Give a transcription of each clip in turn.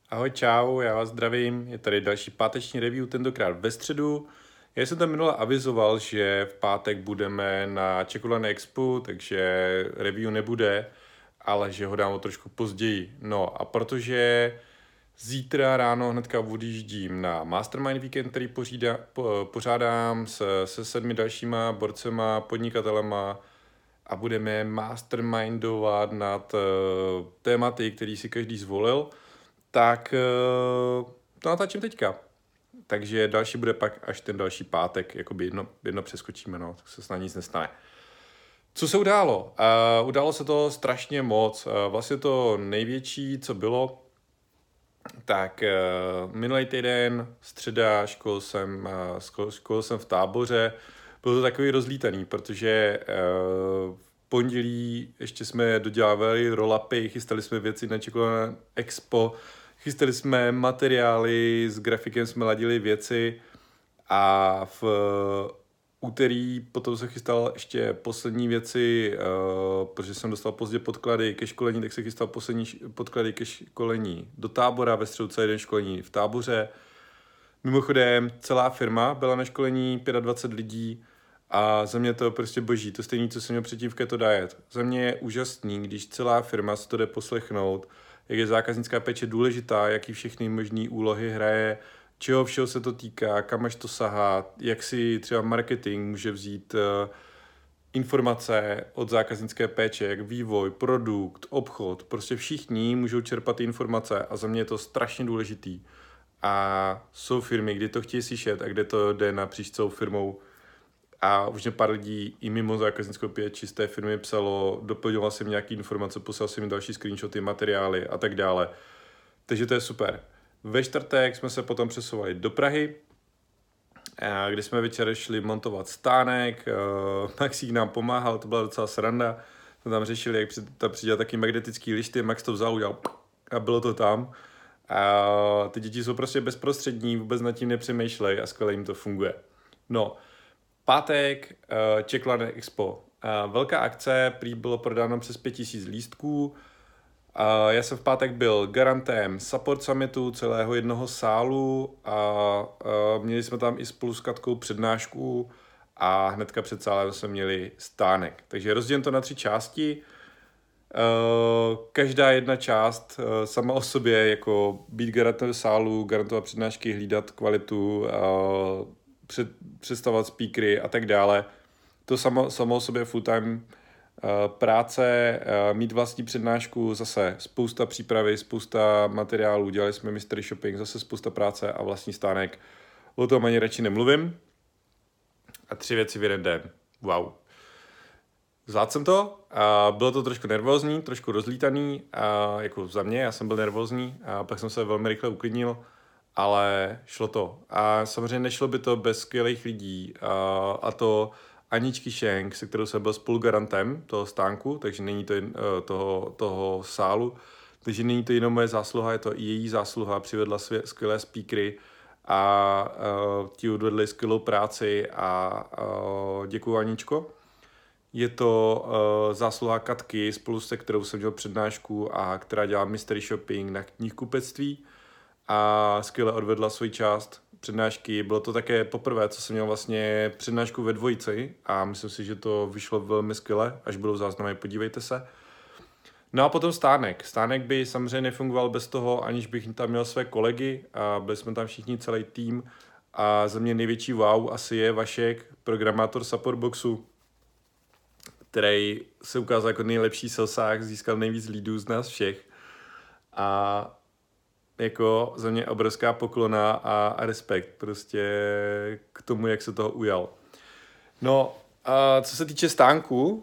Ahoj, čau, já vás zdravím. Je tady další páteční review, tentokrát ve středu. Já jsem tam minule avizoval, že v pátek budeme na Čekolan Expo, takže review nebude, ale že ho dám o trošku později. No a protože zítra ráno hnedka odjíždím na Mastermind Weekend, který pořádám se 7 dalšíma borcema, podnikatelema a budeme mastermindovat nad tématy, který si každý zvolil, tak to natáčím teďka. Takže další bude pak až ten další pátek, jakoby jedno přeskočíme, no, tak se snad nic nestane. Co se událo? Událo se to strašně moc. Vlastně to největší, co bylo, tak minulý týden, středa, škol jsem v Táboře. Bylo to takový rozlítaný, protože v pondělí ještě jsme dodělávali roll-upy, chystali jsme věci na Čekolan Expo, chystali jsme materiály, s grafikem jsme ladili věci a v úterý potom se chystal ještě poslední věci, protože jsem dostal pozdě podklady ke školení, tak se chystal poslední podklady ke školení do Tábora, ve středu celý den školení v Táboře. Mimochodem, celá firma byla na školení, 25 lidí a za mě to prostě boží. To stejné, co jsem měl předtím v Keto Diet. Za mě je úžasný, když celá firma se to jde poslechnout, jak je zákaznická péče důležitá, jaký všechny možné úlohy hraje, čeho všeho se to týká, kam až to sahá, jak si třeba marketing může vzít informace od zákaznické péče, jak vývoj, produkt, obchod, prostě všichni můžou čerpat informace a za mě je to strašně důležitý. A jsou firmy, kdy to chtějí slyšet a kde to jde napříč celou firmou. A už mě pár lidí i mimo zákaznickou péči z té firmy psalo, doplňoval jsem nějaké informace, poslal jsem mi další screenshoty, materiály a tak dále. Takže to je super. Ve čtvrtek jsme se potom přesouvali do Prahy, kde jsme večer šli montovat stánek. Maxík nám pomáhal, to byla docela sranda. Jsme tam řešili, jak tam přidělat taky magnetický lišty, Max to vzal, udělal a bylo to tam. A ty děti jsou prostě bezprostřední, vůbec nad tím nepřemýšlej a skvěle jim to funguje. No, pátek, Czechland Expo. Velká akce, prý bylo prodáno přes 5000 lístků. Já jsem v pátek byl garantem Support Summitu celého jednoho sálu a měli jsme tam i spolu s Katkou přednášku a hnedka před sálem jsme měli stánek. Takže rozdělím to na 3 části. Každá jedna část sama o sobě, jako být garantem sálu, garantovat přednášky, hlídat kvalitu, představovat speakery a tak dále. To samo o sobě full-time práce, mít vlastní přednášku, zase spousta přípravy, spousta materiálů, dělali jsme mystery shopping, zase spousta práce a vlastní stánek. O tom ani radši nemluvím. A 3 věci v jeden den. Wow. Zvládl jsem to, bylo to trošku nervózní, trošku rozlítaný, jako za mě, já jsem byl nervózní, a pak jsem se velmi rychle uklidnil, ale šlo to. A samozřejmě nešlo by to bez skvělých lidí, a to Aničky Šenk, se kterou jsem byl spolugarantem toho stánku, takže není to toho sálu, takže není to jenom moje zásluha, je to i její zásluha, přivedla skvělé speakery a ti odvedli skvělou práci a děkuju, Aničko. Je to zásluha Katky, spolu se kterou jsem dělal přednášku a která dělá mystery shopping na knihkupectví a skvěle odvedla svoji část přednášky. Bylo to také poprvé, co jsem měl vlastně přednášku ve dvojici a myslím si, že to vyšlo velmi skvěle, až budou záznamy, podívejte se. No a potom stánek. Stánek by samozřejmě nefungoval bez toho, aniž bych tam měl své kolegy a byli jsme tam všichni celý tým a za mě největší wow asi je Vašek, programátor Supportboxu, který se ukázal jako nejlepší salesák, získal nejvíc leadů z nás všech a jako za mě obrovská poklona a respekt prostě k tomu, jak se toho ujal. No, a co se týče stánku,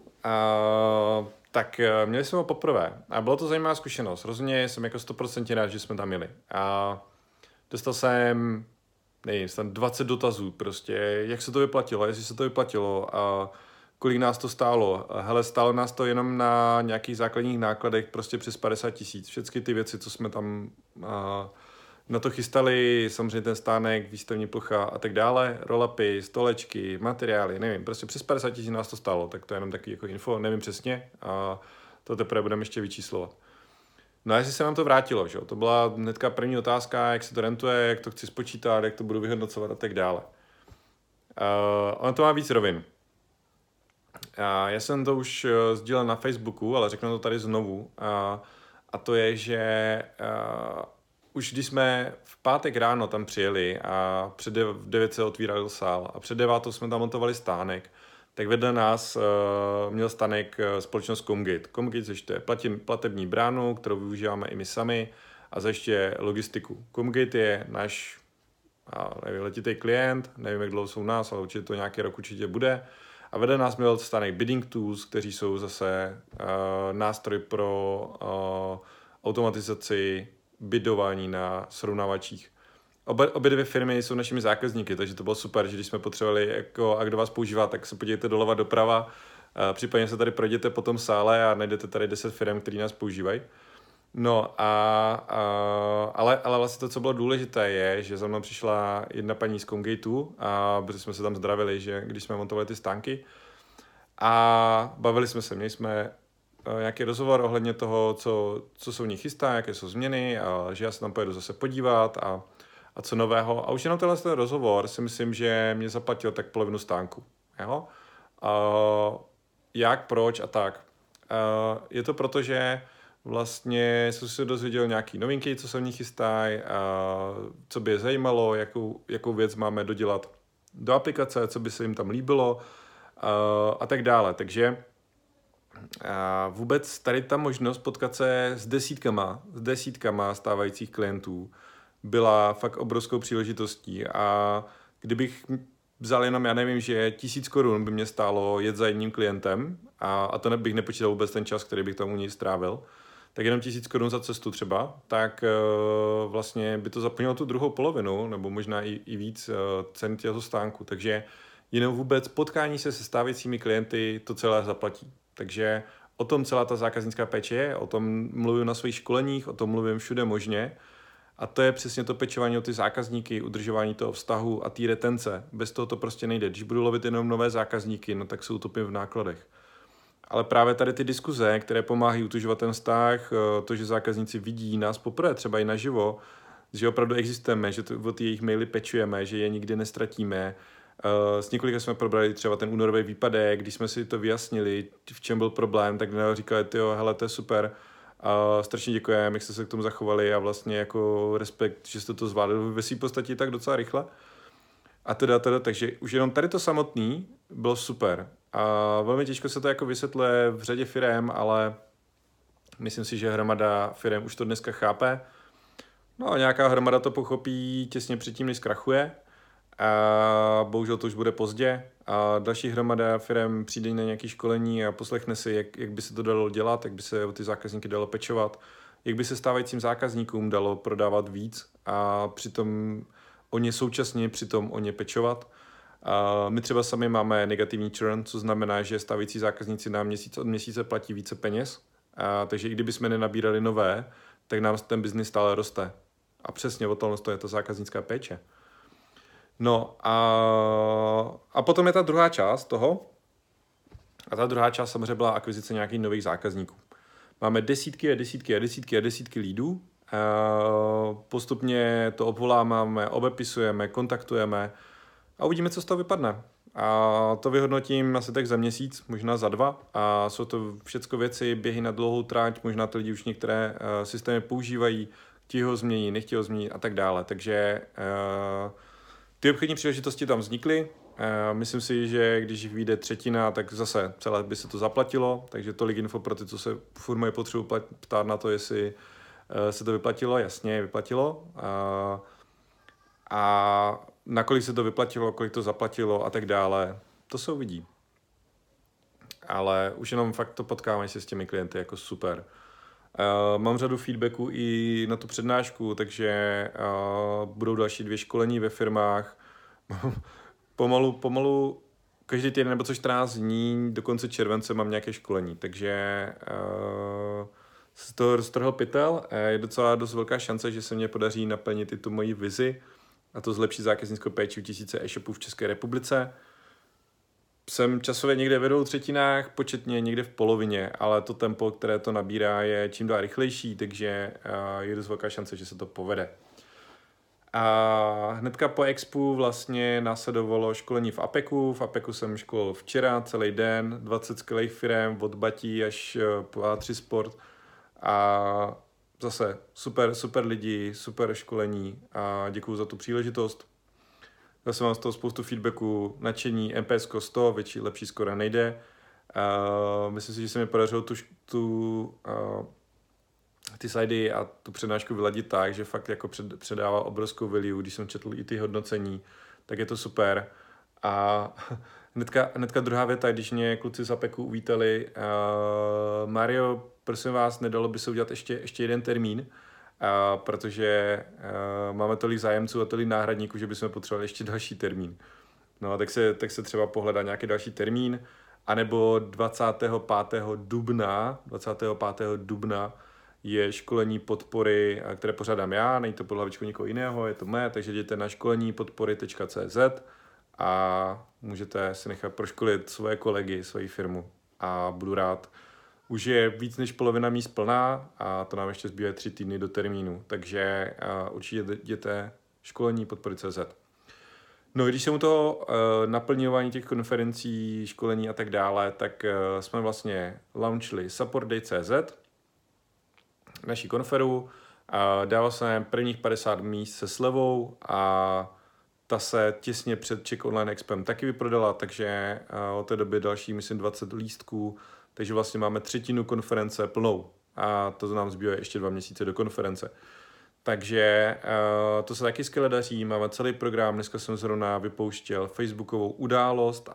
tak měli jsme ho poprvé a bylo to zajímavá zkušenost. Rozhodně jsem jako 100% rád, že jsme tam měli. A dostal jsem, nevím, 20 dotazů prostě, jak se to vyplatilo, jestli se to vyplatilo a kolik nás to stálo. Hele, stálo nás to jenom na nějakých základních nákladech prostě přes 50 000. Všechny ty věci, co jsme tam na to chystali, samozřejmě ten stánek, výstavní plocha a tak dále, roll-upy, stolečky, materiály, nevím, prostě přes 50 000 nás to stálo, tak to je jenom taky jako info, nevím přesně a to teprve budeme ještě vyčíslovat. No a jestli se nám to vrátilo, že jo? To byla hnedka první otázka, jak se to rentuje, jak to chci spočítat, jak to budu vyhodnocovat a tak dále. Ono to má víc rovin. Já jsem to už sdílel na Facebooku, ale řeknu to tady znovu. A to je, že už když jsme v pátek ráno tam přijeli a v 9 se otvíral sál a před 9 jsme tam montovali stánek, tak vedle nás měl stánek společnost Comgate. Comgate zajišťuje platební bránu, kterou využíváme i my sami, a zajišťuje logistiku. Comgate je náš letitý klient, nevím, jak dlouho jsou u nás, ale určitě to nějaký rok určitě bude. A vedle nás měl stánek Bidding Tools, kteří jsou zase nástroj pro automatizaci bidování na srovnávačích. Obě dvě firmy jsou našimi zákazníky, takže to bylo super, že když jsme potřebovali, jako, a kdo vás používá, tak se podívejte doleva doprava, případně se tady projděte po tom sále a najdete tady 10 firm, které nás používají. No ale vlastně to, co bylo důležité, je, že za mnou přišla jedna paní z Comgateu a protože jsme se tam zdravili, že když jsme montovali ty stánky a bavili jsme se, měli jsme nějaký rozhovor ohledně toho, co se u nich chystá, jaké jsou změny a že já se tam pojedu zase podívat a co nového. A už jenom ten rozhovor si myslím, že mě zaplatil tak polovinu stánku. Jo? Jak, proč a tak. Je to proto, že vlastně jsem se dozvěděl nějaký novinky, co se v nich chystají, co by je zajímalo, jakou věc máme dodělat do aplikace, co by se jim tam líbilo a tak dále. Takže vůbec tady ta možnost potkat se s desítkama stávajících klientů byla fakt obrovskou příležitostí a kdybych vzal jenom, já nevím, že 1000 korun by mě stálo jet za jedním klientem a to bych nepočítal vůbec ten čas, který bych tam u něj strávil, tak jenom 1000 korun za cestu třeba, tak vlastně by to zaplnilo tu druhou polovinu, nebo možná i víc cen těho stánku. Takže jenom vůbec potkání se stávajícími klienty to celé zaplatí. Takže o tom celá ta zákaznická péče je, o tom mluvím na svých školeních, o tom mluvím všude možně. A to je přesně to pečování o ty zákazníky, udržování toho vztahu a té retence. Bez toho to prostě nejde. Když budu lovit jenom nové zákazníky, no tak se utopím v nákladech. Ale právě tady ty diskuze, které pomáhají utužovat ten vztah, to, že zákazníci vidí nás poprvé, třeba i naživo, že opravdu existujeme, že o ty jejich maily pečujeme, že je nikdy nestratíme. S několika jsme probrali třeba ten únorový výpadek, když jsme si to vyjasnili, v čem byl problém, tak říkali, tyjo, hele, to je super. A strašně děkujeme, jak jste se k tomu zachovali a vlastně jako respekt, že jste to zvládli ve své podstatě tak docela rychle. A teda, takže už jenom tady to samotný bylo super. A velmi těžko se to jako vysvětluje v řadě firem, ale myslím si, že hromada firem už to dneska chápe. No a nějaká hromada to pochopí těsně předtím, než zkrachuje. A bohužel to už bude pozdě. A další hromada firem přijde na nějaké školení a poslechne si, jak by se to dalo dělat, jak by se o ty zákazníky dalo pečovat, jak by se stávajícím zákazníkům dalo prodávat víc a přitom současně o ně pečovat. A my třeba sami máme negativní churn, co znamená, že stávající zákazníci nám měsíc od měsíce platí více peněz. Takže i kdyby jsme nenabírali nové, tak nám ten biznis stále roste. A přesně o tom je ta zákaznická péče. No a potom je ta druhá část toho. A ta druhá část samozřejmě byla akvizice nějakých nových zákazníků. Máme desítky lídů. Postupně to obvoláváme, obepisujeme, kontaktujeme a uvidíme, co z toho vypadne. A to vyhodnotím asi tak za měsíc, možná za 2. A jsou to všechno věci, běhy na dlouhou tráť, možná ty lidi už některé systémy používají, chtějí ho změnit, nechtějí ho změnit a tak dále. Takže ty obchodní příležitosti tam vznikly. Myslím si, že když jich vyjde třetina, tak zase celé by se to zaplatilo. Takže tolik info pro ty, co se furt mají potřebu ptát na to, jestli se to vyplatilo. Jasně, vyplatilo. A nakolik se to vyplatilo, kolik to zaplatilo a tak dále, to se uvidí. Ale už jenom fakt to potkávání se s těmi klienty jako super. Mám řadu feedbacků i na tu přednášku, takže budou další 2 školení ve firmách. pomalu každý týden nebo co 14 dní do konce července mám nějaké školení, takže se to roztrhl pytel. Je docela dost velká šance, že se mě podaří naplnit i tu moji vizi a to zlepší zákaznickou péči u 1000 e-shopů v České republice. jsem časově někde ve 2/3, početně někde v polovině, ale to tempo, které to nabírá, je čím dál rychlejší, takže je dost velká šance, že se to povede. A hnedka po expu vlastně následovalo školení v APECu. V APECu jsem školil včera celý den, 20 skvělých firem, od Batí až po A3 Sport. A zase super lidi, super školení a děkuju za tu příležitost. Zase mám z toho spoustu feedbacku, nadšení, MPSko 100, lepší skoro nejde. Myslím si, že se mi podařilo ty slidy a tu přednášku vyladit tak, že fakt jako předává obrovskou value, když jsem četl i ty hodnocení, tak je to super. A hnedka druhá věta, když mě kluci z APECu uvítali, Mario, prosím vás, nedalo by se udělat ještě jeden termín, protože máme tolik zájemců a tolik náhradníků, že bychom potřebovali ještě další termín. No, tak se třeba pohledá nějaký další termín, anebo 25. dubna je školení podpory, které pořádám já, není to pod hlavičkou někoho jiného, je to mé, takže jděte na školenipodpory.cz a můžete si nechat proškolit svoje kolegy, svoji firmu a budu rád. Už je víc než polovina míst plná a to nám ještě zbývá 3 týdny do termínu, takže určitě jděte školenipodpory.cz. No, když jsem u toho naplňování těch konferencí, školení a tak dále, tak jsme vlastně launchili supportday.cz, naší konferu, dával jsem prvních 50 míst se slevou a ta se těsně před Czech Online Expem taky vyprodala, takže od té doby další, myslím, 20 lístků, takže vlastně máme 1/3 konference plnou a to nám zbývá ještě 2 měsíce do konference. Takže to se taky skvěle daří, máme celý program, dneska jsem zrovna vypouštěl facebookovou událost,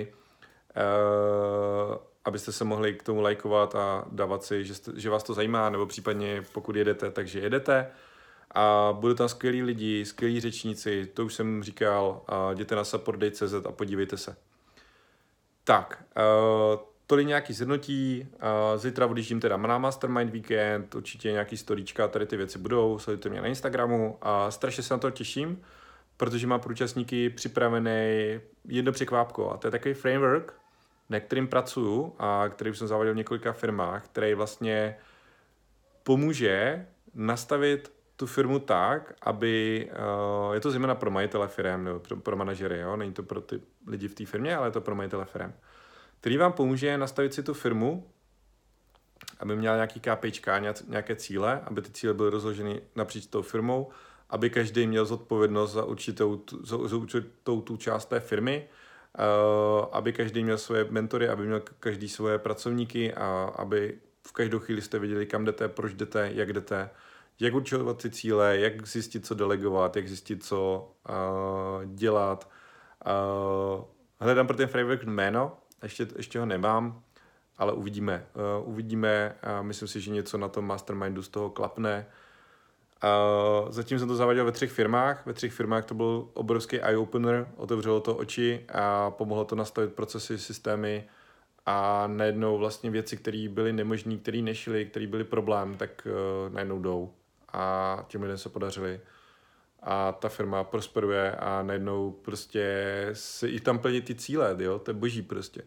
abyste se mohli k tomu lajkovat a dávat si, že vás to zajímá, nebo případně pokud jedete, takže jedete. A budou tam skvělí lidi, skvělí řečníci, to už jsem říkal, jděte na supportday.cz a podívejte se. Tak, tolik nějaký zhrnutí, zítra odjíždím teda na Mastermind Weekend, určitě nějaký storíčka, tady ty věci budou, sledujte mě na Instagramu a strašně se na to těším, protože mám pro účastníky připravený jedno překvápko a to je takový framework, na kterým pracuju a který jsem zaváděl v několika firmách, který vlastně pomůže nastavit tu firmu tak, aby, je to zejména pro majitele firem nebo pro manažery, jo? Není to pro ty lidi v té firmě, ale je to pro majitele firem, který vám pomůže nastavit si tu firmu, aby měla nějaký KPIčka, nějaké cíle, aby ty cíle byly rozloženy napříč tou firmou, aby každý měl zodpovědnost za určitou tu část té firmy, aby každý měl svoje mentory, aby měl každý svoje pracovníky a aby v každou chvíli jste věděli, kam jdete, proč jdete, jak určovat ty cíle, jak zjistit, co delegovat, jak zjistit, co dělat. Hledám pro ten framework jméno, ještě ho nemám, ale uvidíme. Myslím si, že něco na tom mastermindu z toho klapne. Zatím jsem to zaváděl ve 3 firmách. Ve 3 firmách to byl obrovský eye-opener, otevřelo to oči a pomohlo to nastavit procesy, systémy a najednou vlastně věci, které byly nemožné, které nešly, které byly problém, tak najednou jdou. A těm lidem se podařili. A ta firma prosperuje a najednou prostě se i tam plní ty cíle, jo? To je boží prostě.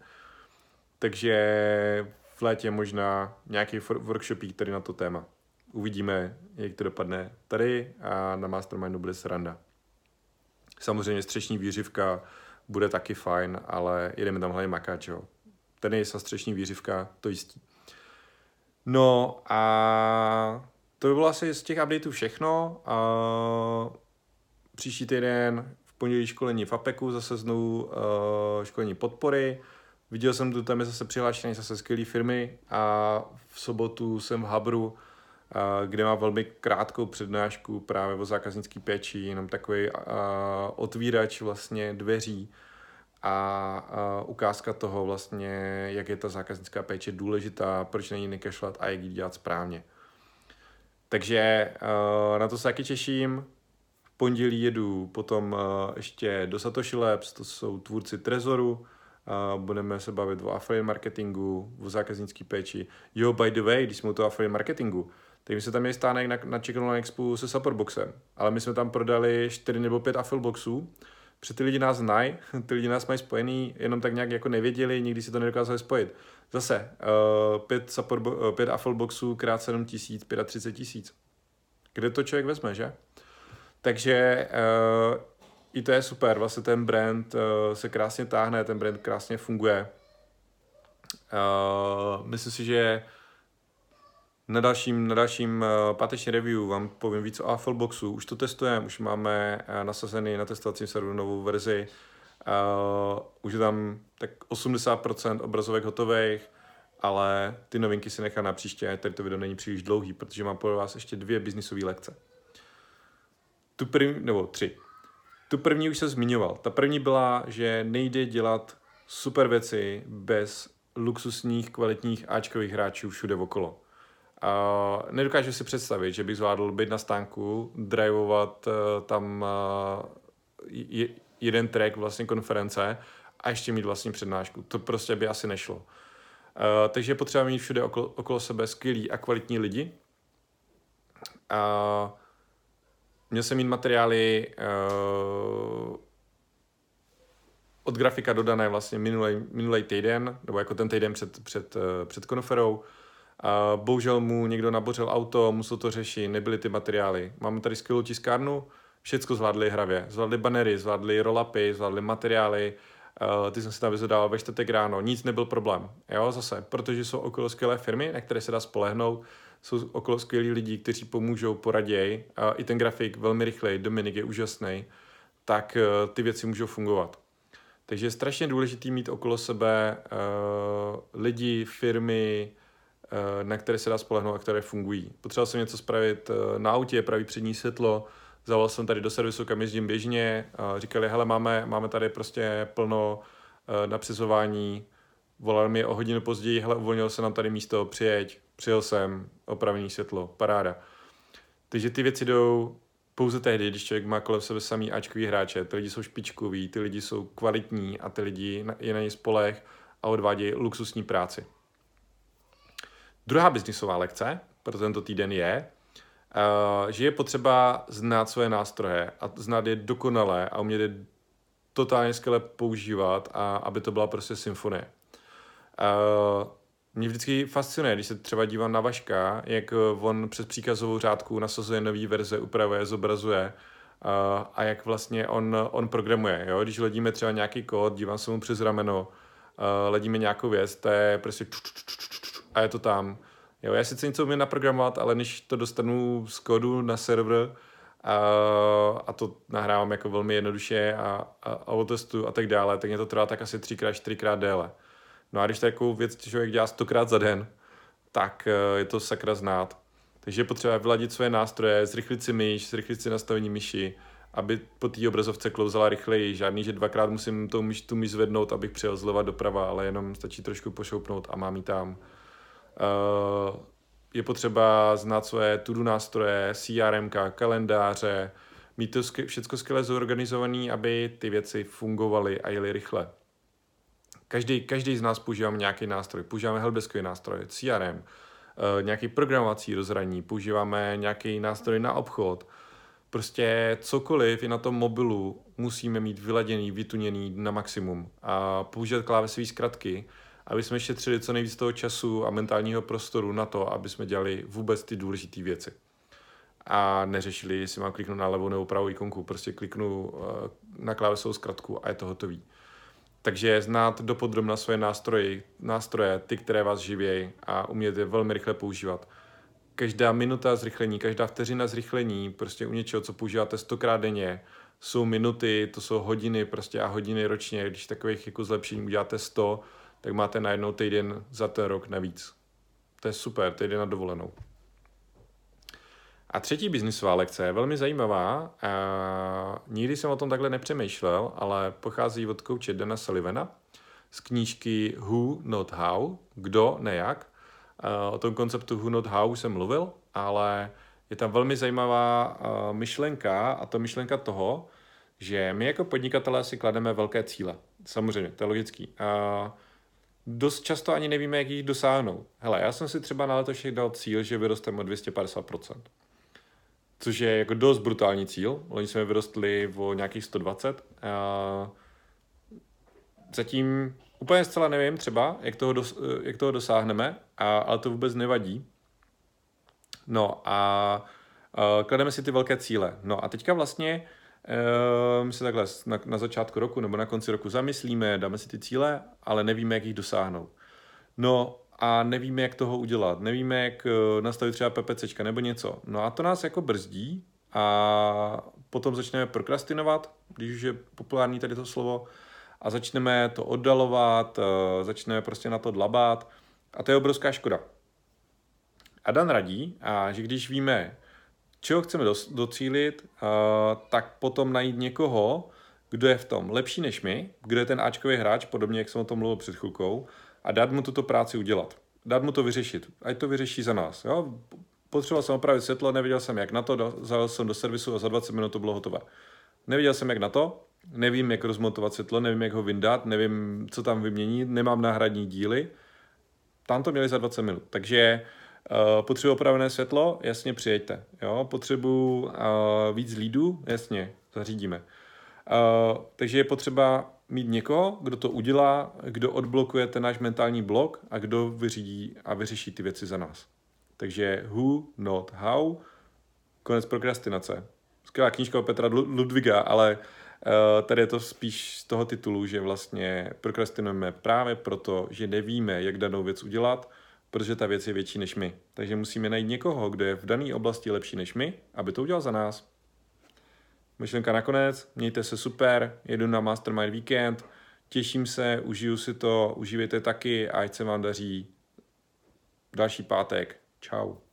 Takže v létě možná nějaký workshopík tady na to téma. Uvidíme, jak to dopadne tady a na Mastermindu bude sranda. Samozřejmě střešní výřivka bude taky fajn, ale jedeme tam hlavně makat, jo. Tenis a střešní výřivka, to jistí. No a to by bylo asi z těch updateů všechno. Příští týden v pondělí školení v APECu, zase znovu školení podpory. Viděl jsem tu, tam je zase přihlášený zase skvělý firmy a v sobotu jsem v Habru, kde má velmi krátkou přednášku právě o zákaznické péči, jenom takový otvírač vlastně dveří a ukázka toho vlastně, jak je ta zákaznická péče důležitá, proč na ní nekašlat a jak ji dělat správně. Takže na to se taky těším. V pondělí jedu potom ještě do Satoshi Labs, to jsou tvůrci Trezoru. Budeme se bavit o affiliate marketingu, o zákaznické péči. Jo, by the way, když jsme u toho affiliate marketingu, tak my jsme tam měli stánek na Czech Online Expo se Supportboxem, ale my jsme tam prodali 4 nebo 5 affiliate boxů, Protože ty lidi nás znají, ty lidi nás mají spojený, jenom tak nějak jako nevěděli, nikdy si to nedokázali spojit. Zase, 5 Affleboxů krát 7 000, 35 000. Kde to člověk vezme, že? Takže i to je super, vlastně ten brand se krásně táhne, ten brand krásně funguje. Myslím si, že na dalším páteční review vám povím víc o Affleboxu. Už to testujeme, už máme nasazený na testovacím serveru novou verzi. Už je tam tak 80% obrazovek hotových, ale ty novinky si nechám na příště. Tady to video není příliš dlouhý, protože mám pro vás ještě 2 biznisové lekce. Tři. Tu první už jsem zmiňoval. Ta první byla, že nejde dělat super věci bez luxusních, kvalitních áčkových hráčů všude okolo. Nedokážu si představit, že bych zvládl být na stánku, drivovat tam jeden track vlastně konference a ještě mít vlastní přednášku. To prostě by asi nešlo. Takže je potřeba mít všude okolo sebe skvělý a kvalitní lidi. Měl jsem mít materiály od grafika dodané vlastně minulý týden, nebo jako ten týden před konferou. Bohužel mu někdo nabořil auto, musel to řešit, nebyly ty materiály. Máme tady skvělou tiskárnu, všecko zvládli hravě. Zvládli banery, zvládli roll-upy, zvládli materiály, ty jsem si tam vyzvedal ve čtvrtek ráno, nic nebyl problém. Jo, zase, protože jsou okolo skvělé firmy, na které se dá spolehnout, jsou okolo skvělí lidi, kteří pomůžou, poraděj, i ten grafik velmi rychlej, Dominik je úžasný, tak ty věci můžou fungovat. Takže je strašně důležité mít okolo sebe lidi, firmy, na které se dá spolehnout a které fungují. Potřeboval jsem něco spravit na autě, pravý přední světlo, zavolal jsem tady do servisu, kam jezdím běžně, říkali, hele, máme tady prostě plno na přizování, volal mi o hodinu později, hele, uvolnilo se nám tady místo, přijeď, přijel jsem, opravený světlo, paráda. Takže ty věci jdou pouze tehdy, když člověk má kolem sebe samý áčkový hráče, ty lidi jsou špičkoví, ty lidi jsou kvalitní a ty lidi je na ně spoleh a odvádějí luxusní práci. Druhá biznisová lekce pro tento týden je, že je potřeba znát svoje nástroje a znát je dokonale a umět je totálně skvěle používat, a aby to byla prostě symfonie. Mě vždycky fascinuje, když se třeba dívám na Vaška, jak on přes příkazovou řádku nasazuje nový verze, upravuje, zobrazuje a jak vlastně on programuje. Jo? Když ledíme třeba nějaký kód, dívám se mu přes rameno, ledíme nějakou věc, to je prostě a je to tam. Jo, já sice něco umím naprogramovat, ale než to dostanu z kódu na server a to nahrávám jako velmi jednoduše a otestu a tak dále, tak mě to trvá tak asi 3x, 4x déle. No a když takovou věc člověk dělá 100krát za den, tak je to sakra znát. Takže je potřeba vyladit své nástroje, zrychlit si myš, zrychlit si nastavení myši, aby po té obrazovce klouzala rychleji. Žádný, že 2x musím tu myš zvednout, abych přijel zleva doprava, ale jenom stačí trošku pošoupnout a mám ji tam. Je potřeba znát své to-do nástroje, CRM, kalendáře, mít to všechno skvěle zorganizované, aby ty věci fungovaly a jeli rychle. Každý z nás používáme nějaký nástroj. Používáme helpdeskový nástroj, CRM, nějaký programovací rozhraní, používáme nějaký nástroj na obchod. Prostě cokoliv i na tom mobilu musíme mít vyladěný, vytuněný na maximum a používat klávesové zkratky, aby jsme šetřili co nejvíc toho času a mentálního prostoru na to, aby jsme dělali vůbec ty důležité věci. A neřešili, jestli mám kliknout na levou nebo pravou ikonku, prostě kliknu na klávesovou zkratku a je to hotový. Takže znát dopodrobna svoje nástroje, ty, které vás živějí a umět je velmi rychle používat. Každá minuta zrychlení, každá vteřina zrychlení, prostě u něčeho, co používáte 100krát denně, jsou minuty, to jsou hodiny prostě a hodiny ročně. Když takových jako zlepšení uděláte 100, tak máte najednou týden za ten rok navíc. To je super, týden na dovolenou. A třetí biznisová lekce je velmi zajímavá. Nikdy jsem o tom takhle nepřemýšlel, ale pochází od kouče Dana Sullivana z knížky Who Not How, kdo, ne jak. O tom konceptu Who Not How jsem mluvil, ale je tam velmi zajímavá myšlenka, a to myšlenka toho, že my jako podnikatelé si klademe velké cíle. Samozřejmě, to je logický. Dost často ani nevíme, jak jich dosáhnout. Hele, já jsem si třeba na letošek dal cíl, že vyrosteme o 250%. což je jako dost brutální cíl. Loni jsme vyrostli o nějakých 120. Zatím úplně zcela nevím třeba, jak toho dosáhneme, ale to vůbec nevadí. No a klademe si ty velké cíle. No a teďka vlastně my se takhle na začátku roku nebo na konci roku zamyslíme, dáme si ty cíle, ale nevíme, jak jich dosáhnout. No a nevíme, jak toho udělat. Nevíme, jak nastavit třeba PPCčka nebo něco. No a to nás jako brzdí a potom začneme prokrastinovat, když už je populární tady to slovo, a začneme to oddalovat, začneme prostě na to dlabat a to je obrovská škoda. A Dan radí, že když víme, čeho chceme docílit, tak potom najít někoho, kdo je v tom lepší než my, kdo je ten áčkový hráč, podobně jak jsem o tom mluvil před chvilkou, a dát mu tuto práci udělat. Dát mu to vyřešit. Ať to vyřeší za nás. Jo? Potřeboval jsem opravit světlo, nevěděl jsem jak na to, zajel jsem do servisu a za 20 minut to bylo hotové. Nevěděl jsem jak na to, nevím jak rozmontovat světlo, nevím jak ho vyndat, nevím co tam vyměnit, nemám náhradní díly. Tam to měli za 20 minut. Takže potřebuji opravené světlo, jasně přijeďte. Jo? Potřebuji víc lídů, jasně, zařídíme. Takže je potřeba mít někoho, kdo to udělá, kdo odblokuje ten náš mentální blok a kdo vyřídí a vyřeší ty věci za nás. Takže who, not how, konec prokrastinace. Skvělá knížka od Petra Ludwiga, ale tady je to spíš z toho titulu, že vlastně prokrastinujeme právě proto, že nevíme, jak danou věc udělat, protože ta věc je větší než my. Takže musíme najít někoho, kdo je v dané oblasti lepší než my, aby to udělal za nás. Myšlenka nakonec, mějte se super, jedu na Mastermind Weekend, těším se, užiju si to, užívejte taky a ať se vám daří další pátek. Čau.